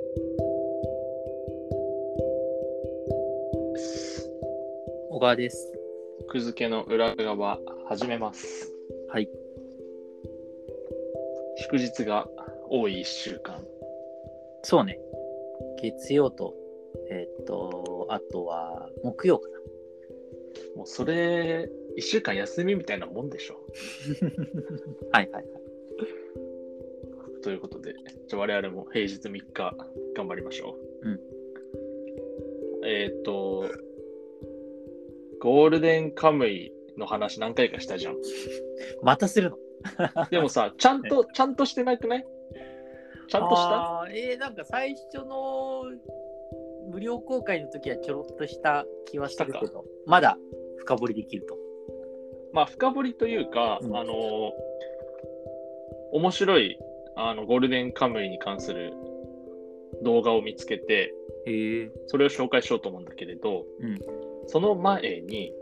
小川です。 奥付けの裏側始めます。 はい。 祝日が多い1週間。 そうね。月曜と、あとは木曜かな。 もうそれ、1週間休みみたいなもんでしょ。 はいはいはい。 ということで、我々も平日3日頑張りましょう。 うん。 ゴールデンカムイの話何回かしたじゃん。 またするの？ でもさ、ちゃんとしてなくない？ちゃんとした？ なんか最初の無料公開の時はちょろっとした気はするけど、まだ深掘りできると。 まあ、深掘りというか、 うん、 面白いゴールデンカムイに関する動画を見つけて、それを紹介しようと思うんだけれど、 うん、 その前に、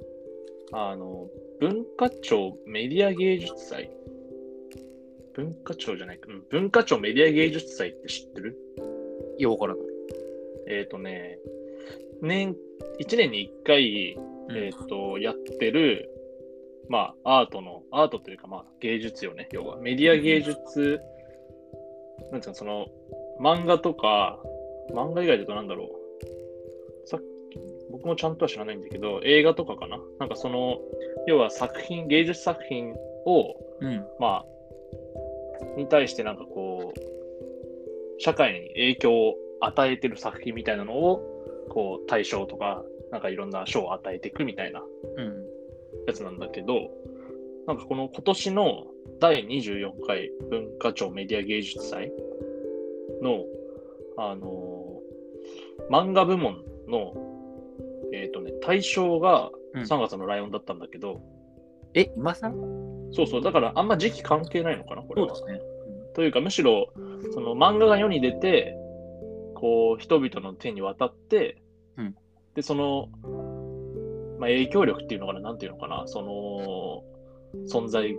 文化庁メディア芸術祭文化庁メディア芸術祭って知ってる？ いや、わからない。 1年に1回、やってる、まあ、アートというか、まあ、芸術よね。要は、メディア芸術、なんていうの、その、漫画とか、漫画以外だとなんだろう。さっき、僕もちゃんとは知らないんだけど、映画とかかな。なんかその、要は芸術作品を、まあ、に対してなんかこう、社会に影響を与えてる作品みたいなのを、こう、大賞とか、なんかいろんな賞を与えていくみたいなやつなんだけど、なんかこの今年の第24回文化庁メディア芸術祭の、漫画部門の、大賞が3月のライオンだったんだけど、 今更？ そうそう、だからあんま時期関係ないのかな、これは。 そうですね。 というか、むしろ、その漫画が世に出て、こう、人々の手に渡って、で、その、まあ、影響力っていうのかな、なんていうのかな、その、存在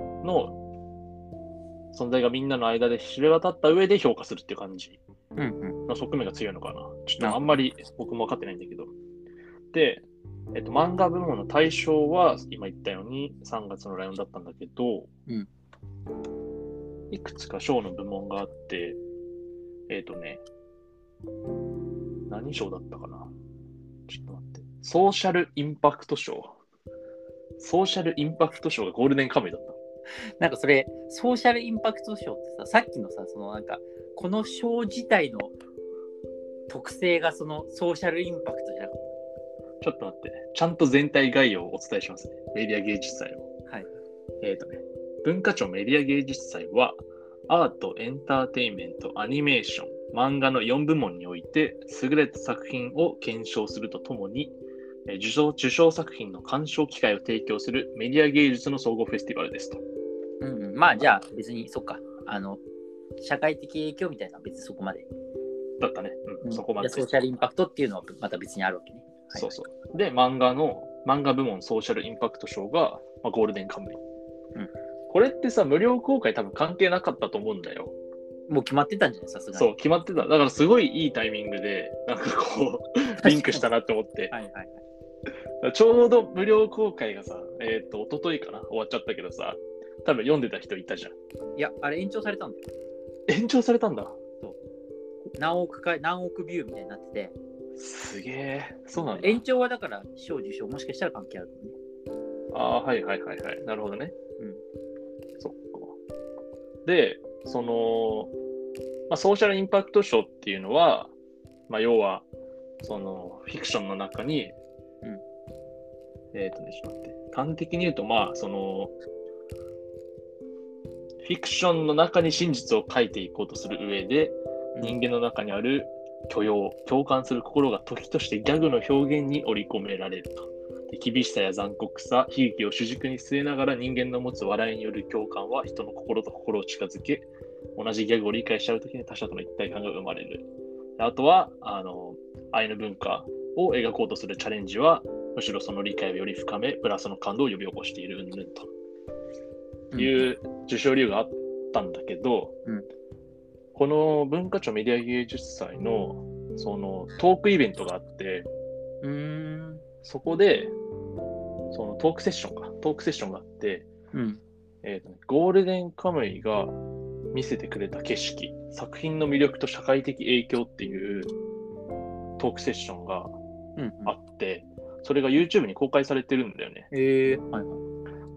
がみんなの間で知れ渡った上で評価するっていう感じの側面が強いのかな。ちょっとあんまり僕も分かってないんだけど。で、漫画部門の大賞は今言ったように3月のライオンだったんだけど、いくつか賞の部門があって、何賞だったかな。ちょっと待って。ソーシャルインパクト賞がゴールデンカムイだった。 なんかそれ、ソーシャルインパクト賞ってさ、さっきのさ、そのなんか、この賞自体の特性がそのソーシャルインパクトじゃなかった？ ちょっと待って、ちゃんと全体概要をお伝えしますね。メディア芸術祭を。 はい。 文化庁メディア芸術祭は、アート、エンターテインメント、アニメーション、漫画の4部門において、優れた作品を検証するとともに、受賞作品の鑑賞機会を提供するメディア芸術の総合フェスティバルですと。 まあ、じゃあ別に、そっか。社会的影響みたいなのは別にそこまで。 だったね。そこまで。 ソーシャルインパクトっていうのはまた別にあるわけね。 そうそう。で、漫画部門ソーシャルインパクト賞が、ゴールデンカムイ。これってさ、無料公開多分関係なかったと思うんだよ。 もう決まってたんじゃない？さすがに。 そう、決まってた。だからすごいいいタイミングで、なんかこう、リンクしたなって思って。ちょうど無料公開がさ、一昨日かな終わっちゃったけどさ、多分読んでた人いたじゃん。 いや、あれ延長されたんだよ。 延長されたんだ。 そう。何億ビューみたいになってて。 すげえ。そうなんだ。 延長はだから賞受賞もしかしたら関係あるね。 はいはいはいはい。なるほどね。そっか。で、その、ソーシャルインパクト賞っていうのは、要は、その、フィクションの中に、ちょっと待って。端的に言うと、その、フィクションの中に真実を書いていこうとする上で、人間の中にある許容、共感する心が時としてギャグの表現に織り込められると。で、厳しさや残酷さ、悲劇を主軸に据えながら人間の持つ笑いによる共感は人の心と心を近づけ、同じギャグを理解しちゃうときに他者との一体感が生まれる。あとは、アイヌ文化を描こうとするチャレンジは、むしろその理解をより深め、プラスの感動を呼び起こしているという受賞理由があったんだけど、 この文化庁メディア芸術祭のそのトークイベントがあって、そこでそのトークセッションがあって、ゴールデンカムイが見せてくれた景色、作品の魅力と社会的影響っていうトークセッションがあって、それが YouTube に公開されてるんだよね。 はいはい。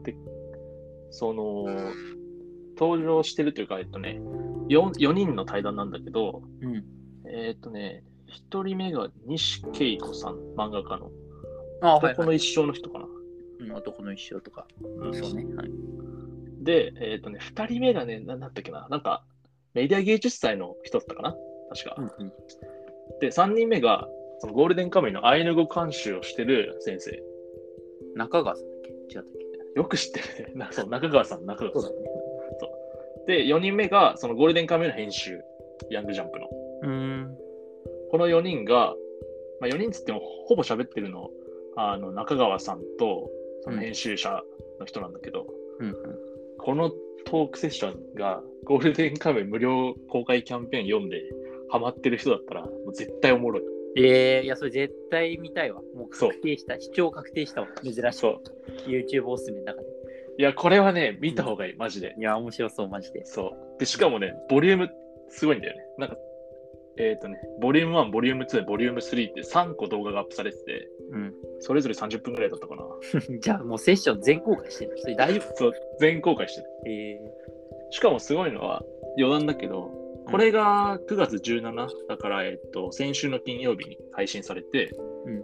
で、その登場してるというか、4人の対談なんだけど、1人目が西恵子さん、漫画家の。男の一生の人かな。 男の一生とか。そうね。はい。 で、2人目がね、なんだっけな、なんか、メディア芸術祭の人だったかな確か。で、3人目が、そのゴールデンカムイのアイヌ語監修をしてる先生。 中川さんだっけ違ったっけよく知ってるね。そう、中川さん。そうだね。そうで、4人目が、そのゴールデンカムイの編集、ヤングジャンプの。この4人が、4人つってもほぼ喋ってるの、中川さんと、その編集者の人なんだけど、このトークセッションがゴールデンカムイ無料公開キャンペーン読んでハマってる人だったら、もう絶対おもろい。 いや、それ絶対見たいわ。もう確定した。視聴確定したわ。珍しい。YouTube おすすめの中で。 いや、これはね、見た方がいい、マジで。 いや、面白そう、マジで。 そう。で、しかもね、ボリュームすごいんだよね。なんか、ボリューム1、ボリューム2、ボリューム3って3個動画がアップされてて、それぞれ30分ぐらいだったかな。 じゃあもうセッション全公開してる。それ大丈夫？ そう、全公開してる。しかもすごいのは、余談だけど、これが9月17だから、先週の金曜日に配信されて、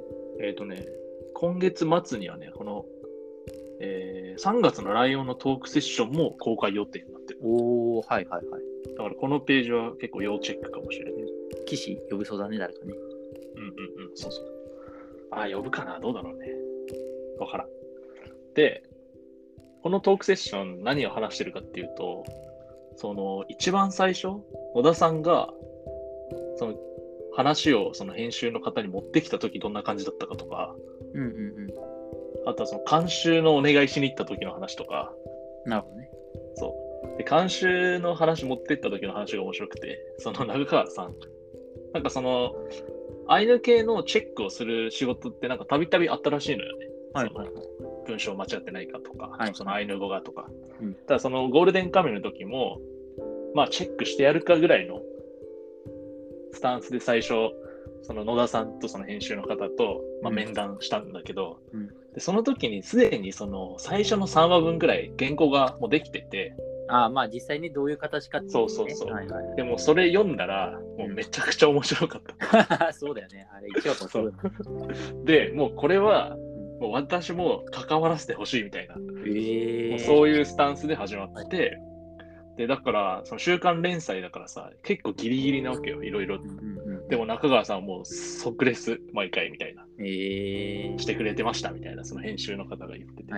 今月末にはね、この、3月のライオンのトークセッションも公開予定になってる。 はいはいはい。 だからこのページは結構要チェックかもしれない。 騎士呼ぶそうだね、誰かね。 そうそう。呼ぶかなどうだろうね。わからん。で、このトークセッション何を話してるかっていうと、その一番最初、野田さんがその話をその編集の方に持ってきたときどんな感じだったかとか、あとはその監修のお願いしに行った時の話とか。 なるほどね。 そう。で、監修の話持ってった時の話が面白くて、その中川さん、なんかそのアイヌ系のチェックをする仕事ってなんかたびたびあったらしいのよね。文章間違ってないかとか、そのアイヌ語がとか。ただそのゴールデンカムイの時も、まあチェックしてやるかぐらいのスタンスで最初、その野田さんとその編集の方と、面談したんだけど、でその時にすでにその最初の3話分ぐらい原稿がもうできてて、 実際にどういう形かっていう、 ね。そう。でもそれ読んだら、もうめちゃくちゃ面白かった。 そうだよね。あれ一応そうで、もうこれは、もう私も関わらせてほしいみたいな、もうそういうスタンスで始まって、で、だから、その週刊連載だからさ、結構ギリギリなわけよ、いろいろ。でも中川さんはもう即レス毎回みたいな、してくれてましたみたいな、その編集の方が言ってて。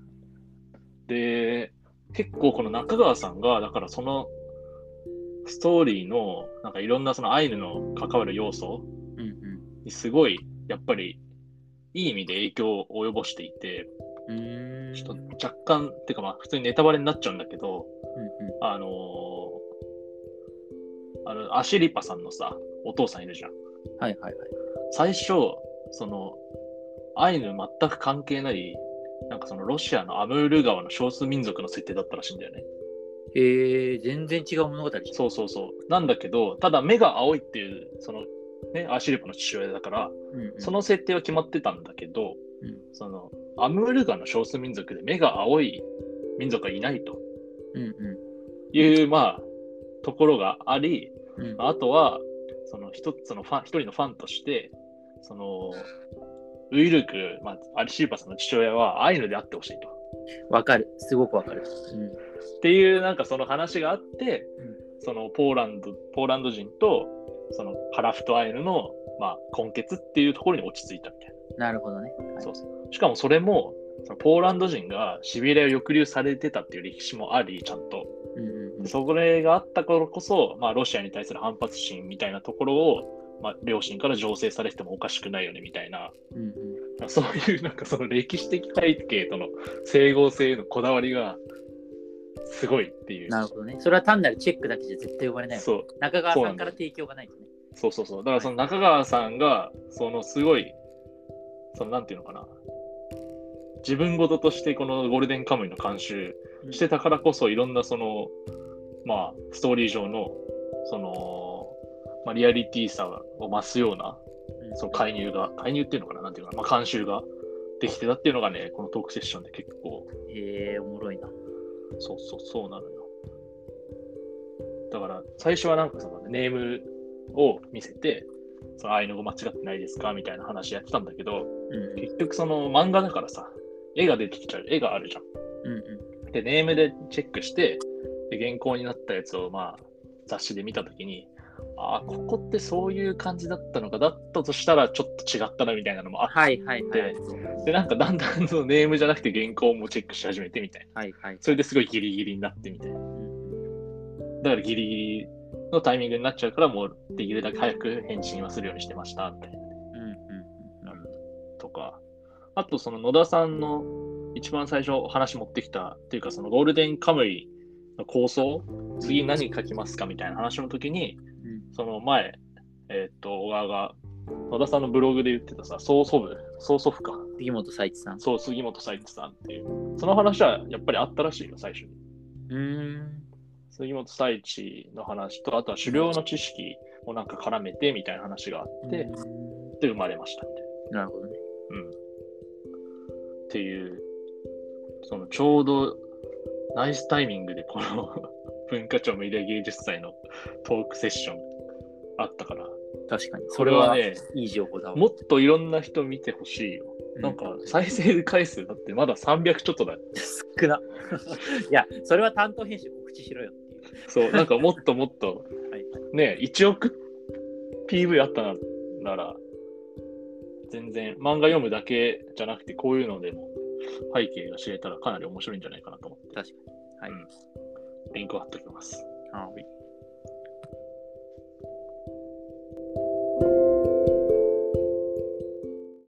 で、結構この中川さんが、だからそのストーリーの、なんかいろんなそのアイヌの関わる要素にすごい、やっぱりいい意味で影響を及ぼしていて、ちょっと若干、っていうか普通にネタバレになっちゃうんだけど、アシリパさんのさ、お父さんいるじゃん。最初、その、アイヌ全く関係ない、なんかそのロシアのアムール川の少数民族の設定だったらしいんだよね。 全然違う物語じゃん。 そう。なんだけど、ただ目が青いっていう、その、ね、アシリパの父親だから、その設定は決まってたんだけど、その、アムール川の少数民族で目が青い民族がいないという、ところがあり、あとは、その一人のファンとして、その、ウイルク、アリシーパさんの父親はアイヌであってほしいと。 わかる。すごくわかる。 っていう、なんかその話があって、そのポーランド人と、そのカラフトアイヌの、根結っていうところに落ち着いたみたいな。 なるほどね。 そう。しかもそれも、そのポーランド人がシビリアを抑留されてたっていう歴史もあり、ちゃんと。それがあったからこそ、ロシアに対する反発心みたいなところを、両親から醸成されてもおかしくないよねみたいな、そういうなんかその歴史的背景との整合性へのこだわりがすごいっていう。 なるほどね。それは単なるチェックだけじゃ絶対呼ばれないよね。 そう。 中川さんから提供がないとね。 そうそうそう。だからその中川さんが、そのすごい、そのなんていうのかな。自分事としてこのゴールデンカムイの監修してたからこそ、いろんなその、まあ、ストーリー上の、その、まあ、リアリティさを増すような、その介入っていうのかな、なんていうのかな、まあ、監修ができてたっていうのがね、このトークセッションで結構。 おもろいな。 そうなのよ。だから、最初はなんかそのネームを見せて、そのアイヌ語間違ってないですかみたいな話やってたんだけど、結局その漫画だからさ、絵が出てきちゃう、絵があるじゃん。で、ネームでチェックして、で、原稿になったやつをまあ、雑誌で見たときに、ああ、ここってそういう感じだったのか、だったとしたらちょっと違ったなみたいなのもあって、で、なんかだんだんそのネームじゃなくて原稿もチェックし始めてみたいな。それですごいギリギリになってみたいな。だからギリギリのタイミングになっちゃうから、もうできるだけ早く返信はするようにしてましたみたいな。とか、あとその野田さんの一番最初話持ってきたっていうか、そのゴールデンカムイの構想、次何書きますかみたいな話の時に、その前、小川が野田さんのブログで言ってたさ、曽祖父か。 杉本佐一さん。 そう、杉本佐一さんっていう。その話はやっぱりあったらしいよ、最初に。杉本佐一の話と、あとは狩猟の知識をなんか絡めてみたいな話があって、で、生まれましたみたいな。なるほどね。 っていう、そのちょうどナイスタイミングでこの文化庁メディア芸術祭のトークセッションあったから。 確かに。 それはね、 いい情報だわ。 もっといろんな人見てほしいよ。なんか再生回数だってまだ300ちょっとだよ。 少な。いや、それは担当編集告知しろよっていう。 そう、なんかもっともっと、ね、1億 PV あったなら、全然漫画読むだけじゃなくて、こういうのでも背景が知れたらかなり面白いんじゃないかなと思って。 確かに。 リンクを貼っておきます。 はい。